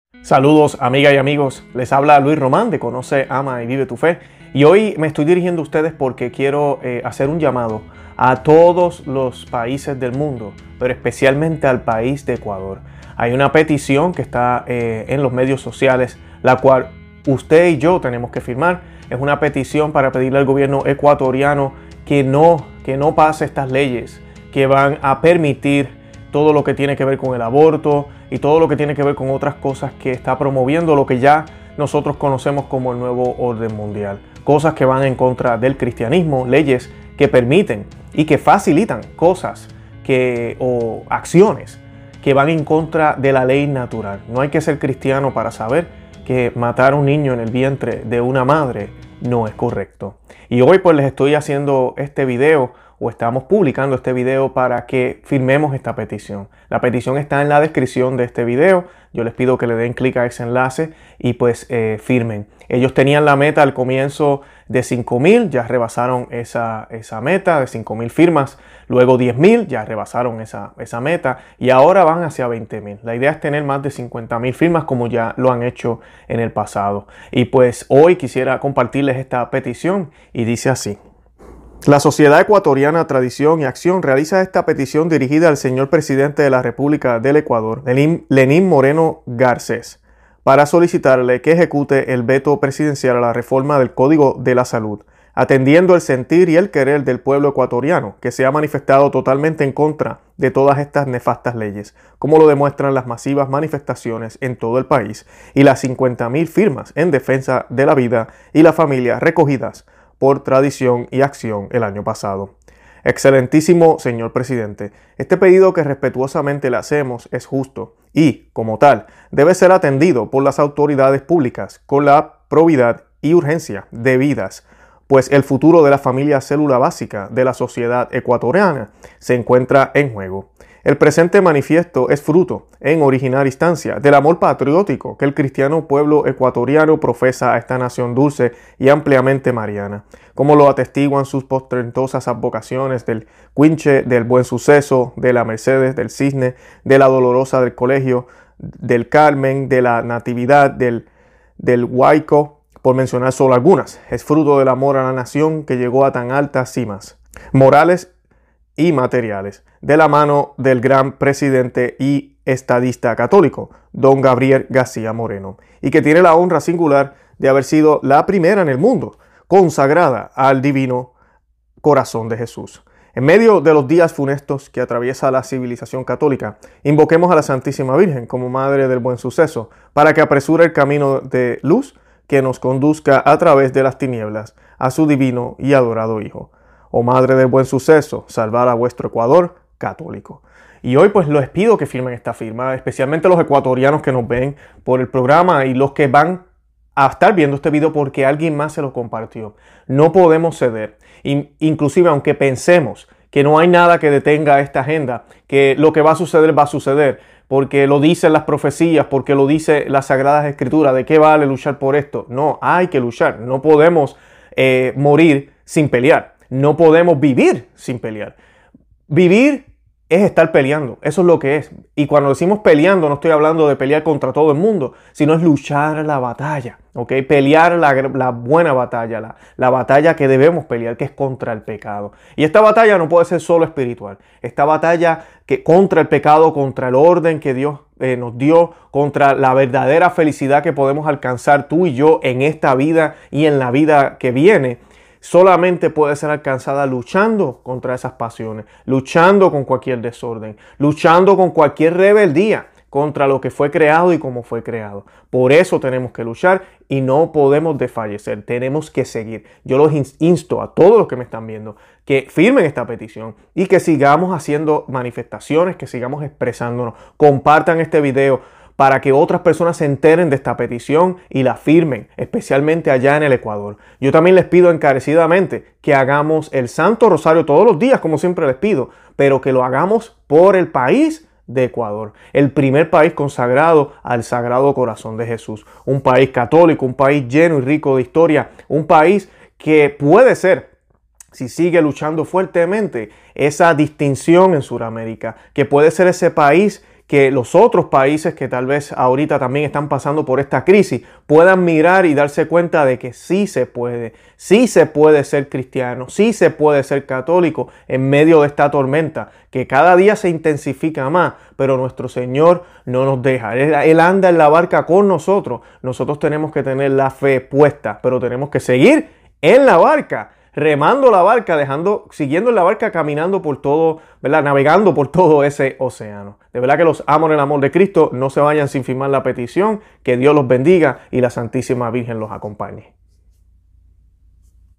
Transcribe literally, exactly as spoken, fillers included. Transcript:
Saludos amigas y amigos, les habla Luis Román de Conoce, Ama y Vive tu Fe, y hoy me estoy dirigiendo a ustedes porque quiero eh, hacer un llamado a todos los países del mundo, pero especialmente al país de Ecuador. Hay una petición que está eh, en los medios sociales, la cual usted y yo tenemos que firmar. Es una petición para pedirle al gobierno ecuatoriano que no, que no pase estas leyes que van a permitir todo lo que tiene que ver con el aborto y todo lo que tiene que ver con otras cosas que está promoviendo lo que ya nosotros conocemos como el nuevo orden mundial. Cosas que van en contra del cristianismo, leyes que permiten y que facilitan cosas que, o acciones que van en contra de la ley natural. No hay que ser cristiano para saber que matar a un niño en el vientre de una madre no es correcto. Y hoy pues les estoy haciendo este video o estamos publicando este video para que firmemos esta petición. La petición está en la descripción de este video. Yo les pido que le den clic a ese enlace y pues eh, firmen. Ellos tenían la meta al comienzo de cinco mil, ya rebasaron esa, esa meta de cinco mil firmas. Luego diez mil, ya rebasaron esa, esa meta y ahora van hacia veinte mil. La idea es tener más de cincuenta mil firmas como ya lo han hecho en el pasado. Y pues hoy quisiera compartirles esta petición y dice así. La Sociedad Ecuatoriana Tradición y Acción realiza esta petición dirigida al señor presidente de la República del Ecuador, Lenín Moreno Garcés, para solicitarle que ejecute el veto presidencial a la reforma del Código de la Salud, atendiendo el sentir y el querer del pueblo ecuatoriano, que se ha manifestado totalmente en contra de todas estas nefastas leyes, como lo demuestran las masivas manifestaciones en todo el país y las cincuenta mil firmas en defensa de la vida y la familia recogidas por Tradición y Acción el año pasado. Excelentísimo señor presidente, este pedido que respetuosamente le hacemos es justo y, como tal, debe ser atendido por las autoridades públicas con la probidad y urgencia debidas, pues el futuro de la familia célula básica de la sociedad ecuatoriana se encuentra en juego. El presente manifiesto es fruto, en original instancia, del amor patriótico que el cristiano pueblo ecuatoriano profesa a esta nación dulce y ampliamente mariana, como lo atestiguan sus portentosas advocaciones del Quinche, del Buen Suceso, de la Mercedes, del Cisne, de la Dolorosa del Colegio, del Carmen, de la Natividad, del, del Huayco, por mencionar solo algunas. Es fruto del amor a la nación que llegó a tan altas cimas morales y materiales, de la mano del gran presidente y estadista católico, don Gabriel García Moreno, y que tiene la honra singular de haber sido la primera en el mundo consagrada al divino corazón de Jesús. En medio de los días funestos que atraviesa la civilización católica, invoquemos a la Santísima Virgen como Madre del Buen Suceso, para que apresure el camino de luz que nos conduzca a través de las tinieblas a su divino y adorado Hijo. Oh Madre del Buen Suceso, salvar a vuestro Ecuador católico. Y hoy pues les pido que firmen esta firma, especialmente los ecuatorianos que nos ven por el programa y los que van a estar viendo este video porque alguien más se lo compartió. No podemos ceder. Inclusive aunque pensemos que no hay nada que detenga esta agenda, que lo que va a suceder va a suceder, porque lo dicen las profecías, porque lo dice las Sagradas Escrituras. ¿De qué vale luchar por esto? No, hay que luchar. No podemos eh, morir sin pelear. No podemos vivir sin pelear. Vivir es estar peleando. Eso es lo que es. Y cuando decimos peleando, no estoy hablando de pelear contra todo el mundo, sino es luchar la batalla. ¿Ok? Pelear la, la buena batalla, la, la batalla que debemos pelear, que es contra el pecado. Y esta batalla no puede ser solo espiritual. Esta batalla que contra el pecado, contra el orden que Dios eh, nos dio, contra la verdadera felicidad que podemos alcanzar tú y yo en esta vida y en la vida que viene, solamente puede ser alcanzada luchando contra esas pasiones, luchando con cualquier desorden, luchando con cualquier rebeldía contra lo que fue creado y cómo fue creado. Por eso tenemos que luchar y no podemos desfallecer, tenemos que seguir. Yo los insto a todos los que me están viendo que firmen esta petición y que sigamos haciendo manifestaciones, que sigamos expresándonos, compartan este video para que otras personas se enteren de esta petición y la firmen, especialmente allá en el Ecuador. Yo también les pido encarecidamente que hagamos el Santo Rosario todos los días, como siempre les pido, pero que lo hagamos por el país de Ecuador, el primer país consagrado al Sagrado Corazón de Jesús, un país católico, un país lleno y rico de historia, un país que puede ser, si sigue luchando fuertemente, esa distinción en Sudamérica, que puede ser ese país que los otros países que tal vez ahorita también están pasando por esta crisis puedan mirar y darse cuenta de que sí se puede, sí se puede ser cristiano, sí se puede ser católico en medio de esta tormenta que cada día se intensifica más, pero nuestro Señor no nos deja. Él, Él anda en la barca con nosotros. Nosotros tenemos que tener la fe puesta, pero tenemos que seguir en la barca, remando la barca, dejando, siguiendo en la barca, caminando por todo, ¿verdad? Navegando por todo ese océano. De verdad que los amo en el amor de Cristo. No se vayan sin firmar la petición. Que Dios los bendiga y la Santísima Virgen los acompañe.